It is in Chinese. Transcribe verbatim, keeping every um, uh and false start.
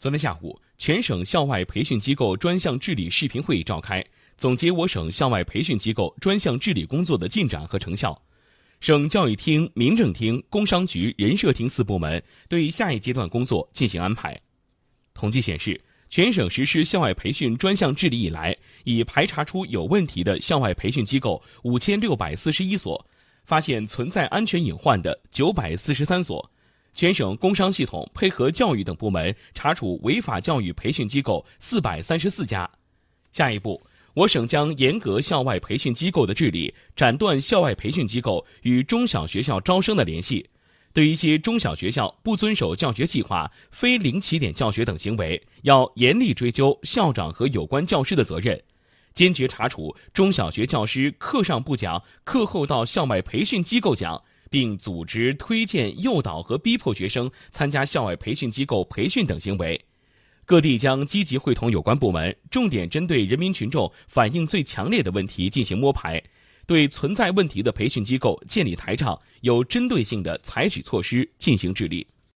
昨天下午，全省校外培训机构专项治理视频会议召开，总结我省校外培训机构专项治理工作的进展和成效。省教育厅、民政厅、工商局、人社厅四部门对下一阶段工作进行安排。统计显示，全省实施校外培训专项治理以来，已排查出有问题的校外培训机构五千六百四十一所，发现存在安全隐患的九百四十三所。全省工商系统配合教育等部门查处违法教育培训机构四百三十四家。下一步，我省将严格校外培训机构的治理，斩断校外培训机构与中小学校招生的联系。对于一些中小学校不遵守教学计划、非零起点教学等行为，要严厉追究校长和有关教师的责任，坚决查处中小学教师课上不讲、课后到校外培训机构讲，并组织、推荐、诱导和逼迫学生参加校外培训机构培训等行为。各地将积极会同有关部门，重点针对人民群众反映最强烈的问题进行摸排，对存在问题的培训机构建立台账，有针对性地采取措施进行治理。